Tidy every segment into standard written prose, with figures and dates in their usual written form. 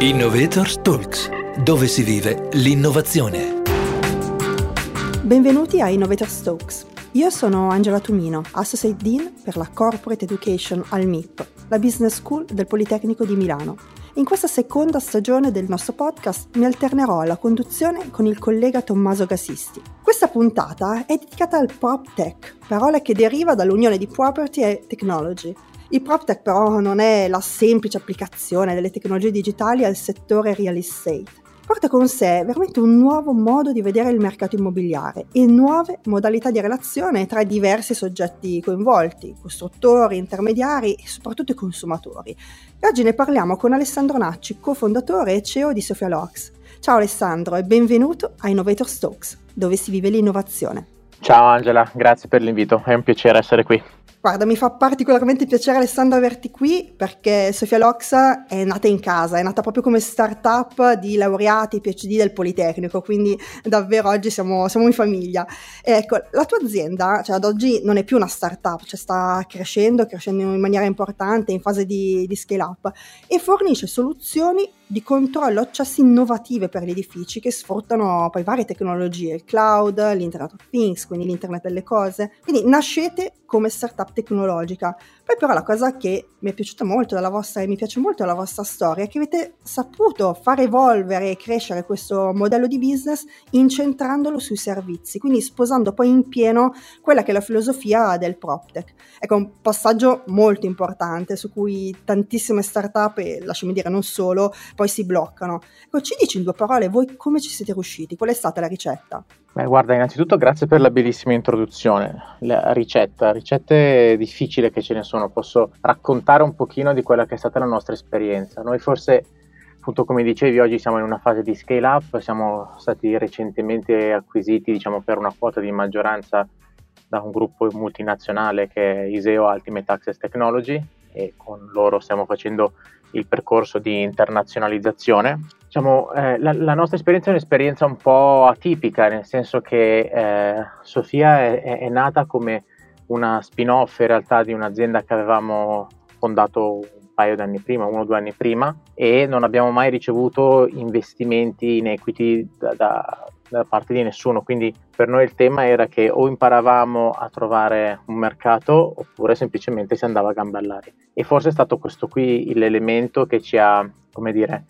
Innovators Talks, dove si vive l'innovazione. Benvenuti a Innovators Talks. Io sono Angela Tumino, Associate Dean per la Corporate Education al MIP, la Business School del Politecnico di Milano. In questa seconda stagione del nostro podcast mi alternerò alla conduzione con il collega Tommaso Gassisti. Questa puntata è dedicata al PropTech, parola che deriva dall'unione di property e technology. Il PropTech però non è la semplice applicazione delle tecnologie digitali al settore real estate. Porta con sé veramente un nuovo modo di vedere il mercato immobiliare e nuove modalità di relazione tra i diversi soggetti coinvolti, costruttori, intermediari e soprattutto i consumatori. E oggi ne parliamo con Alessandro Nacci, cofondatore e CEO di Sofialox. Ciao Alessandro e benvenuto a Innovators Talks, dove si vive l'innovazione. Ciao Angela, grazie per l'invito, è un piacere essere qui. Guarda, mi fa particolarmente piacere Alessandro averti qui perché Sofialox è nata in casa, è nata proprio come startup di laureati PhD del Politecnico, quindi davvero oggi siamo in famiglia. Ecco, la tua azienda, cioè ad oggi non è più una startup, cioè sta crescendo in maniera importante, in fase di scale up e fornisce soluzioni di controllo accessi innovative per gli edifici che sfruttano poi varie tecnologie, il cloud, l'Internet of Things, quindi l'Internet delle cose. Quindi nascete come startup tecnologica. Poi però la cosa che mi è piaciuta molto dalla vostra e mi piace molto della vostra storia è che avete saputo far evolvere e crescere questo modello di business incentrandolo sui servizi, quindi sposando poi in pieno quella che è la filosofia del PropTech. Ecco, un passaggio molto importante su cui tantissime startup, e lasciami dire non solo, poi si bloccano. Ecco, ci dici in due parole voi come ci siete riusciti? Qual è stata la ricetta? Beh, guarda, innanzitutto grazie per la bellissima introduzione. La ricette difficili che ce ne sono, posso raccontare un pochino di quella che è stata la nostra esperienza. Noi forse, appunto come dicevi, oggi siamo in una fase di scale up, siamo stati recentemente acquisiti, diciamo, per una quota di maggioranza da un gruppo multinazionale che è Iseo Ultimate Access Technology e con loro stiamo facendo il percorso di internazionalizzazione. Diciamo, la nostra esperienza è un'esperienza un po' atipica, nel senso che Sofia è nata come una spin-off in realtà di un'azienda che avevamo fondato un paio d'anni prima, 1 o 2 anni prima, e non abbiamo mai ricevuto investimenti in equity da parte di nessuno, quindi per noi il tema era che o imparavamo a trovare un mercato oppure semplicemente si andava a gambe all'aria, e forse è stato questo qui l'elemento che ci ha, come dire,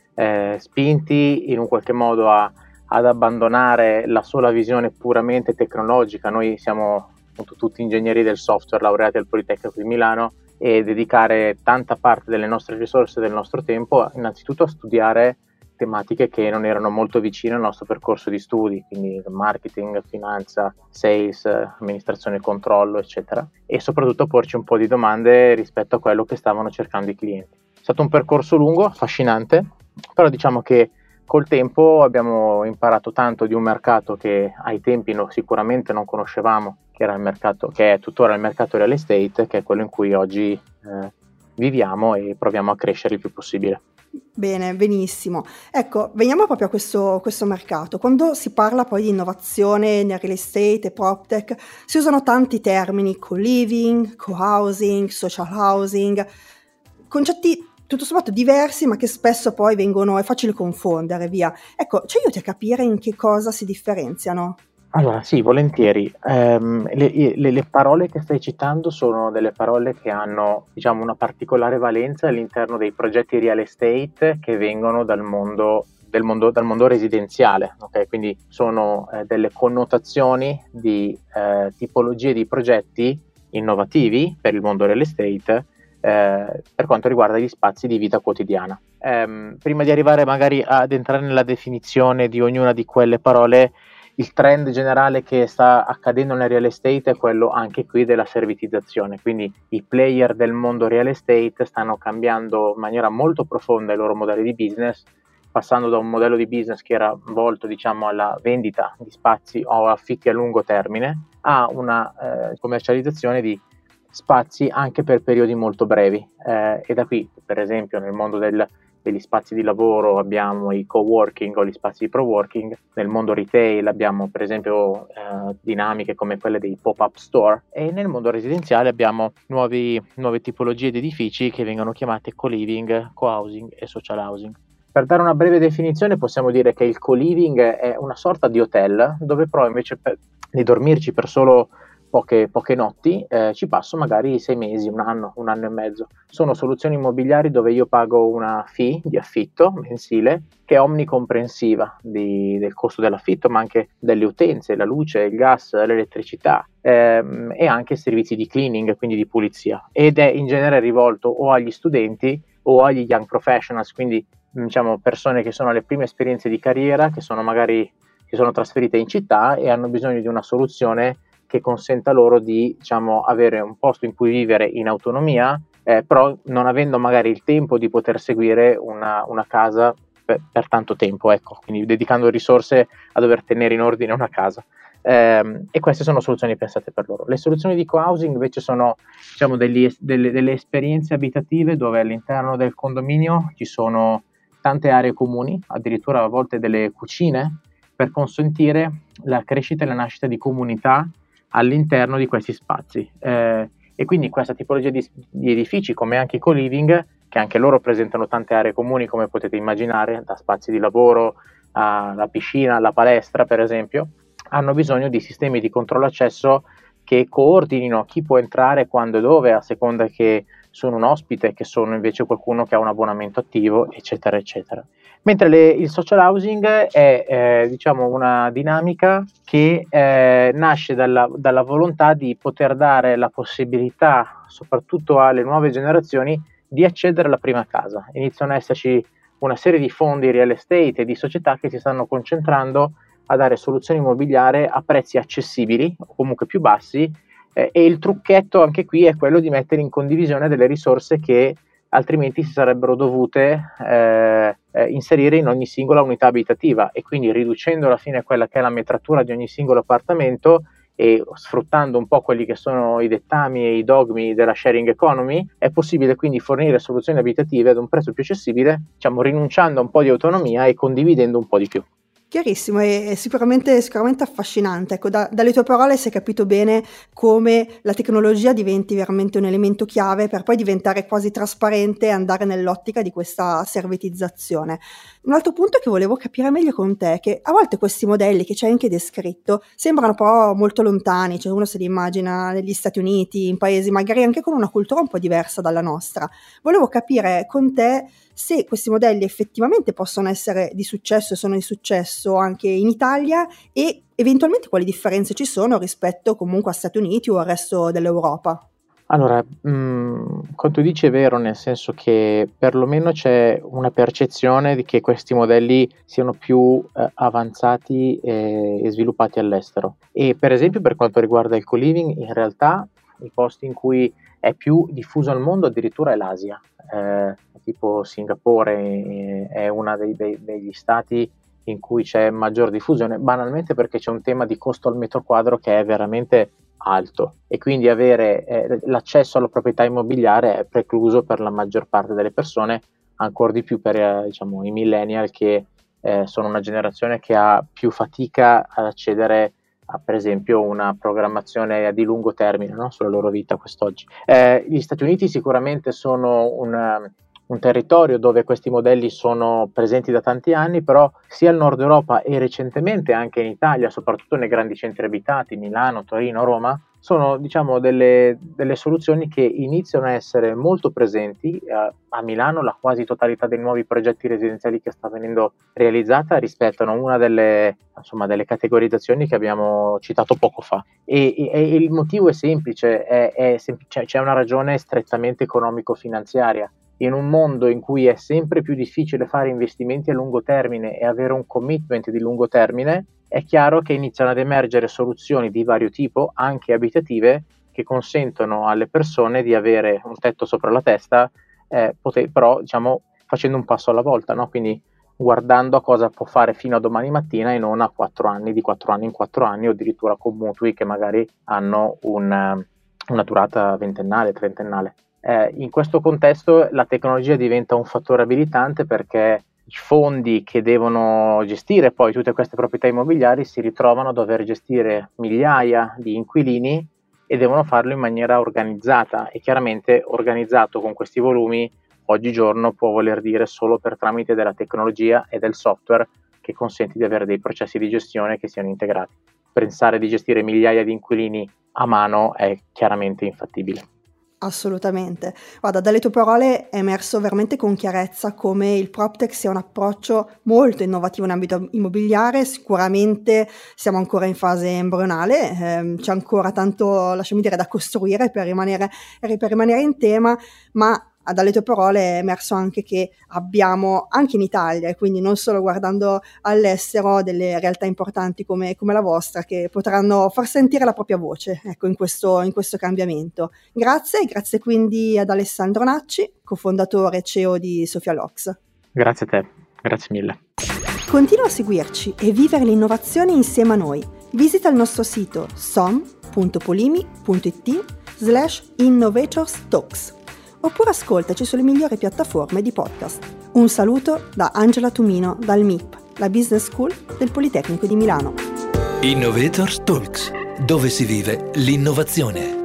spinti in un qualche modo ad abbandonare la sola visione puramente tecnologica. Noi siamo appunto tutti ingegneri del software laureati al Politecnico di Milano e dedicare tanta parte delle nostre risorse, del nostro tempo innanzitutto a studiare tematiche che non erano molto vicine al nostro percorso di studi, quindi marketing, finanza, sales, amministrazione e controllo, eccetera, e soprattutto porci un po' di domande rispetto a quello che stavano cercando i clienti. È stato un percorso lungo, affascinante, però diciamo che col tempo abbiamo imparato tanto di un mercato che ai tempi sicuramente non conoscevamo, che era il mercato, che è tuttora il mercato real estate, che è quello in cui oggi viviamo e proviamo a crescere il più possibile. Bene, benissimo. Ecco, veniamo proprio a questo mercato. Quando si parla poi di innovazione nel real estate e PropTech, si usano tanti termini: co-living, co-housing, social housing, concetti tutto sommato diversi, ma che spesso poi è facile confondere, via. Ecco, ci aiuti a capire in che cosa si differenziano? Allora, sì, volentieri. Le parole che stai citando sono delle parole che hanno, diciamo, una particolare valenza all'interno dei progetti real estate che vengono dal mondo residenziale, ok? Quindi sono delle connotazioni di tipologie di progetti innovativi per il mondo real estate per quanto riguarda gli spazi di vita quotidiana. Prima di arrivare magari ad entrare nella definizione di ognuna di quelle parole, il trend generale che sta accadendo nel real estate è quello anche qui della servitizzazione, quindi i player del mondo real estate stanno cambiando in maniera molto profonda i loro modelli di business, passando da un modello di business che era volto, diciamo, alla vendita di spazi o affitti a lungo termine a una commercializzazione di spazi anche per periodi molto brevi, e da qui, per esempio, nel mondo degli spazi di lavoro abbiamo i co-working o gli spazi di pro-working, nel mondo retail abbiamo per esempio dinamiche come quelle dei pop-up store, e nel mondo residenziale abbiamo nuove tipologie di edifici che vengono chiamate co-living, co-housing e social housing. Per dare una breve definizione possiamo dire che il co-living è una sorta di hotel dove però invece di dormirci per solo poche notti, ci passo magari 6 mesi, un anno e mezzo. Sono soluzioni immobiliari dove io pago una fee di affitto mensile che è omnicomprensiva del costo dell'affitto, ma anche delle utenze, la luce, il gas, l'elettricità, e anche servizi di cleaning, quindi di pulizia. Ed è in genere rivolto o agli studenti o agli young professionals, quindi diciamo persone che sono alle prime esperienze di carriera, che sono magari si sono trasferite in città e hanno bisogno di una soluzione che consenta loro di, diciamo, avere un posto in cui vivere in autonomia, però non avendo magari il tempo di poter seguire una casa per tanto tempo, ecco, quindi dedicando risorse a dover tenere in ordine una casa. E queste sono soluzioni pensate per loro. Le soluzioni di co-housing invece sono, diciamo, delle esperienze abitative dove all'interno del condominio ci sono tante aree comuni, addirittura a volte delle cucine, per consentire la crescita e la nascita di comunità all'interno di questi spazi, e quindi questa tipologia di edifici, come anche i co-living, che anche loro presentano tante aree comuni, come potete immaginare, da spazi di lavoro alla piscina, alla palestra per esempio, hanno bisogno di sistemi di controllo accesso che coordinino chi può entrare, quando e dove, a seconda che sono un ospite, che sono invece qualcuno che ha un abbonamento attivo, eccetera eccetera. Mentre il social housing è diciamo una dinamica che nasce dalla volontà di poter dare la possibilità, soprattutto alle nuove generazioni, di accedere alla prima casa. Iniziano ad esserci una serie di fondi real estate e di società che si stanno concentrando a dare soluzioni immobiliari a prezzi accessibili o comunque più bassi, e il trucchetto anche qui è quello di mettere in condivisione delle risorse che altrimenti si sarebbero dovute inserire in ogni singola unità abitativa, e quindi riducendo alla fine quella che è la metratura di ogni singolo appartamento e sfruttando un po' quelli che sono i dettami e i dogmi della sharing economy, è possibile quindi fornire soluzioni abitative ad un prezzo più accessibile, diciamo rinunciando a un po' di autonomia e condividendo un po' di più. Chiarissimo, è sicuramente affascinante. Ecco, dalle tue parole si è capito bene come la tecnologia diventi veramente un elemento chiave per poi diventare quasi trasparente e andare nell'ottica di questa servitizzazione. Un altro punto che volevo capire meglio con te è che a volte questi modelli che ci hai anche descritto sembrano però molto lontani, cioè uno se li immagina negli Stati Uniti, in paesi magari anche con una cultura un po' diversa dalla nostra. Volevo capire con te se questi modelli effettivamente possono essere di successo e sono di successo anche in Italia, e eventualmente quali differenze ci sono rispetto comunque a Stati Uniti o al resto dell'Europa. Allora, quanto dici è vero, nel senso che perlomeno c'è una percezione di che questi modelli siano più avanzati e sviluppati all'estero. E per esempio per quanto riguarda il co-living, in realtà i posti in cui è più diffuso al mondo addirittura è l'Asia, tipo Singapore è uno degli stati in cui c'è maggior diffusione, banalmente perché c'è un tema di costo al metro quadro che è veramente alto, e quindi avere l'accesso alla proprietà immobiliare è precluso per la maggior parte delle persone, ancora di più per diciamo, i millennial, che sono una generazione che ha più fatica ad accedere a, per esempio, una programmazione di lungo termine, no? Sulla loro vita quest'oggi. Gli Stati Uniti sicuramente sono un territorio dove questi modelli sono presenti da tanti anni, però sia il Nord Europa e recentemente anche in Italia, soprattutto nei grandi centri abitati, Milano, Torino, Roma, sono diciamo delle soluzioni che iniziano a essere molto presenti. A Milano la quasi totalità dei nuovi progetti residenziali che sta venendo realizzata rispettano una delle categorizzazioni che abbiamo citato poco fa, e il motivo è semplice, c'è una ragione strettamente economico-finanziaria. In un mondo in cui è sempre più difficile fare investimenti a lungo termine e avere un commitment di lungo termine, è chiaro che iniziano ad emergere soluzioni di vario tipo, anche abitative, che consentono alle persone di avere un tetto sopra la testa, però diciamo facendo un passo alla volta, no? Quindi guardando a cosa può fare fino a domani mattina e non a 4 anni, di 4 anni in 4 anni, o addirittura con mutui che magari hanno una durata ventennale, trentennale. In questo contesto la tecnologia diventa un fattore abilitante, perché i fondi che devono gestire poi tutte queste proprietà immobiliari si ritrovano a dover gestire migliaia di inquilini e devono farlo in maniera organizzata, e chiaramente organizzato con questi volumi oggigiorno può voler dire solo per tramite della tecnologia e del software che consente di avere dei processi di gestione che siano integrati. Pensare di gestire migliaia di inquilini a mano è chiaramente infattibile. Assolutamente. Guarda, dalle tue parole è emerso veramente con chiarezza come il PropTech sia un approccio molto innovativo in ambito immobiliare. Sicuramente siamo ancora in fase embrionale, c'è ancora tanto, lasciami dire, da costruire per rimanere in tema, ma dalle tue parole è emerso anche che abbiamo anche in Italia, e quindi non solo guardando all'estero, delle realtà importanti come la vostra che potranno far sentire la propria voce, ecco, in questo cambiamento. Grazie quindi ad Alessandro Nacci, cofondatore e CEO di Sofialox. Grazie a te, grazie mille. Continua a seguirci e vivere l'innovazione insieme a noi. Visita il nostro sito som.polimi.it/innovatorstalks oppure ascoltaci sulle migliori piattaforme di podcast. Un saluto da Angela Tumino dal MIP, la Business School del Politecnico di Milano. Innovators Talks, dove si vive l'innovazione.